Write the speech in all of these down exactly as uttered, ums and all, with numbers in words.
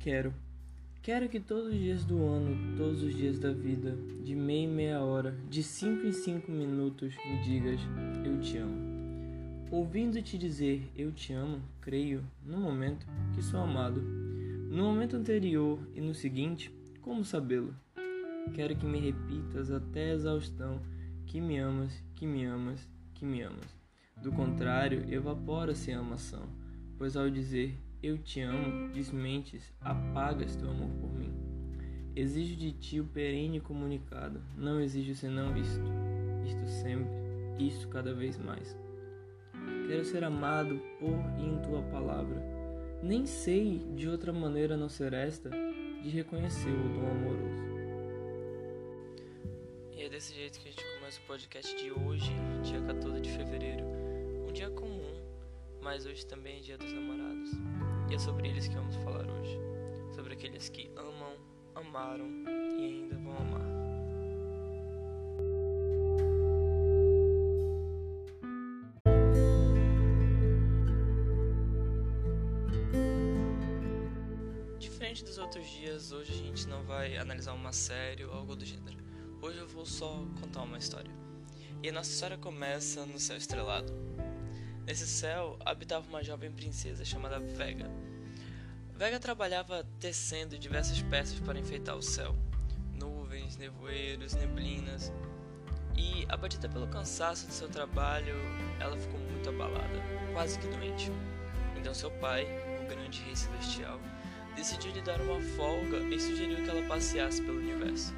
quero. Quero que todos os dias do ano, todos os dias da vida, de meia em meia hora, de cinco em cinco minutos, me digas, eu te amo. Ouvindo te dizer eu te amo, creio, no momento, que sou amado. No momento anterior e no seguinte, como sabê-lo? Quero que me repitas até a exaustão que me amas, que me amas, que me amas. Do contrário, evapora-se a amação, pois ao dizer eu te amo, desmentes, apagas teu amor por mim. Exijo de ti o perene comunicado, não exijo senão isto, isto sempre, isto cada vez mais. Quero ser amado por e em tua palavra. Nem sei de outra maneira a não ser esta, de reconhecer o dom amoroso. E é desse jeito que a gente começa o podcast de hoje, dia quatorze de fevereiro. Um dia comum, mas hoje também é dia dos namorados. E é sobre eles que vamos falar hoje. Sobre aqueles que amam, amaram e ainda vão amar. Diferente dos outros dias, hoje a gente não vai analisar uma série ou algo do gênero. Hoje eu vou só contar uma história. E a nossa história começa no céu estrelado. Nesse céu habitava uma jovem princesa chamada Vega. Vega trabalhava tecendo diversas peças para enfeitar o céu. Nuvens, nevoeiros, neblinas. E, abatida pelo cansaço de seu trabalho, ela ficou muito abalada, quase que doente. Então seu pai, o grande rei celestial, decidiu lhe dar uma folga e sugeriu que ela passeasse pelo universo.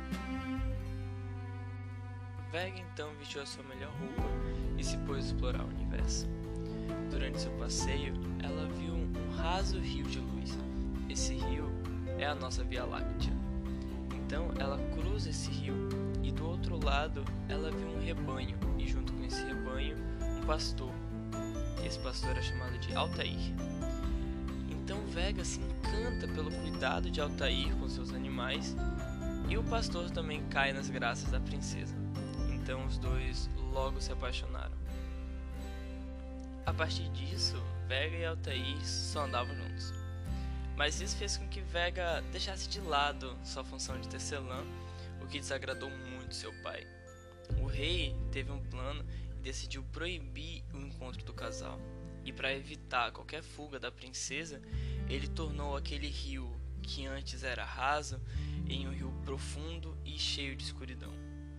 Vega então vestiu a sua melhor roupa e se pôs a explorar o universo. Durante seu passeio, ela viu um raso rio de luz. Esse rio é a nossa Via Láctea. Então ela cruza esse rio e do outro lado ela viu um rebanho e junto com esse rebanho um pastor. Esse pastor é chamado de Altair. Então Vega se encanta pelo cuidado de Altair com seus animais e o pastor também cai nas graças da princesa. Então os dois logo se apaixonaram. A partir disso, Vega e Altair só andavam juntos. Mas isso fez com que Vega deixasse de lado sua função de tecelã, o que desagradou muito seu pai. O rei teve um plano e decidiu proibir o encontro do casal. E para evitar qualquer fuga da princesa, ele tornou aquele rio que antes era raso em um rio profundo e cheio de escuridão.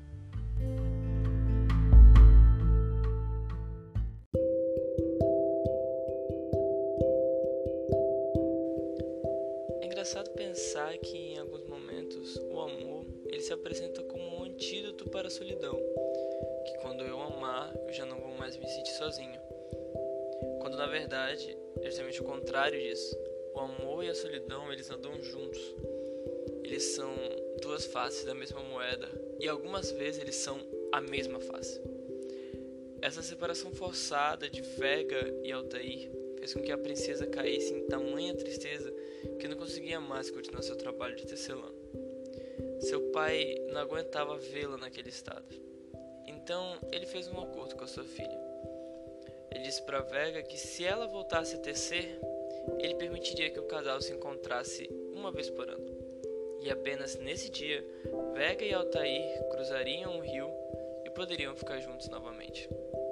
É engraçado pensar que em alguns momentos o amor ele se apresenta como um antídoto para a solidão, que quando eu amar eu já não vou mais me sentir sozinho, quando na verdade é justamente o contrário disso. O amor e a solidão eles andam juntos, eles são duas faces da mesma moeda e algumas vezes eles são a mesma face. Essa separação forçada de Vega e Altair fez com que a princesa caísse em tamanha tristeza que não conseguia mais continuar seu trabalho de tecelã. Seu pai não aguentava vê-la naquele estado. Então ele fez um acordo com a sua filha. Ele disse para Vega que se ela voltasse a tecer, ele permitiria que o casal se encontrasse uma vez por ano. E apenas nesse dia, Vega e Altair cruzariam o rio e poderiam ficar juntos novamente.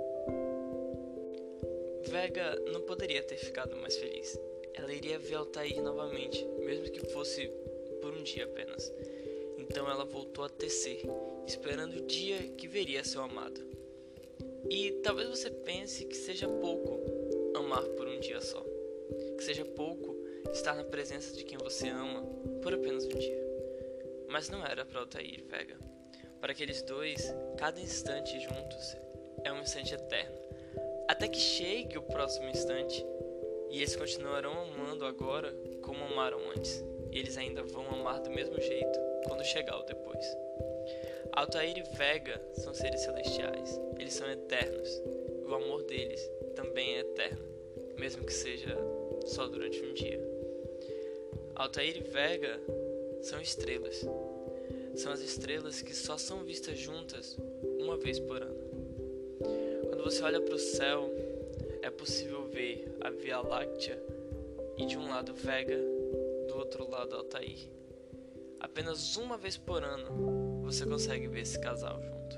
Vega não poderia ter ficado mais feliz. Ela iria ver Altair novamente, mesmo que fosse por um dia apenas. Então ela voltou a tecer, esperando o dia que veria seu amado. E talvez você pense que seja pouco amar por um dia só. Que seja pouco estar na presença de quem você ama por apenas um dia. Mas não era para Altair e Vega. Para aqueles dois, cada instante juntos é um instante eterno. Até que chegue o próximo instante e eles continuarão amando agora como amaram antes. E eles ainda vão amar do mesmo jeito quando chegar o depois. Altair e Vega são seres celestiais. Eles são eternos. O amor deles também é eterno, mesmo que seja só durante um dia. Altair e Vega são estrelas. São as estrelas que só são vistas juntas uma vez por ano. Quando você olha para o céu, é possível ver a Via Láctea e de um lado Vega, do outro lado, Altair. Apenas uma vez por ano você consegue ver esse casal junto.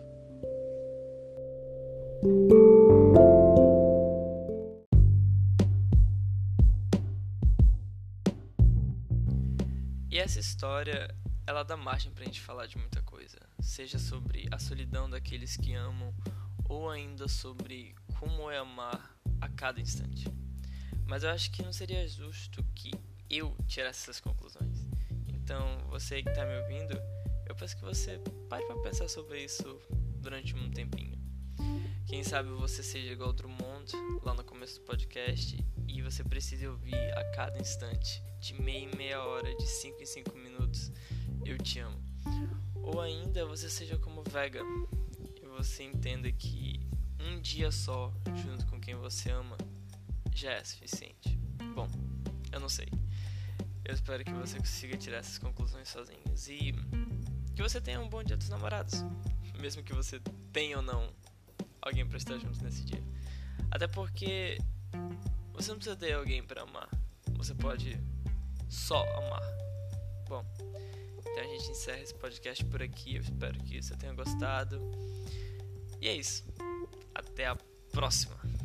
E essa história, ela dá margem pra gente falar de muita coisa, seja sobre a solidão daqueles que amam, ou ainda sobre como é amar a cada instante. Mas eu acho que não seria justo que eu tirasse essas conclusões. Então, você que está me ouvindo, eu peço que você pare para pensar sobre isso durante um tempinho. Quem sabe você seja igual Drummond, lá no começo do podcast, e você precise ouvir a cada instante, de meia em meia hora, de cinco em cinco minutos, eu te amo. Ou ainda você seja como Vega, e você entenda que um dia só, junto com quem você ama, já é suficiente. Bom, eu não sei. Eu espero que você consiga tirar essas conclusões sozinhos e que você tenha um bom dia dos namorados, mesmo que você tenha ou não alguém pra estar junto nesse dia. Até porque você não precisa ter alguém pra amar, você pode só amar. Bom, então a gente encerra esse podcast por aqui. Eu espero que você tenha gostado. E é isso. Até a próxima.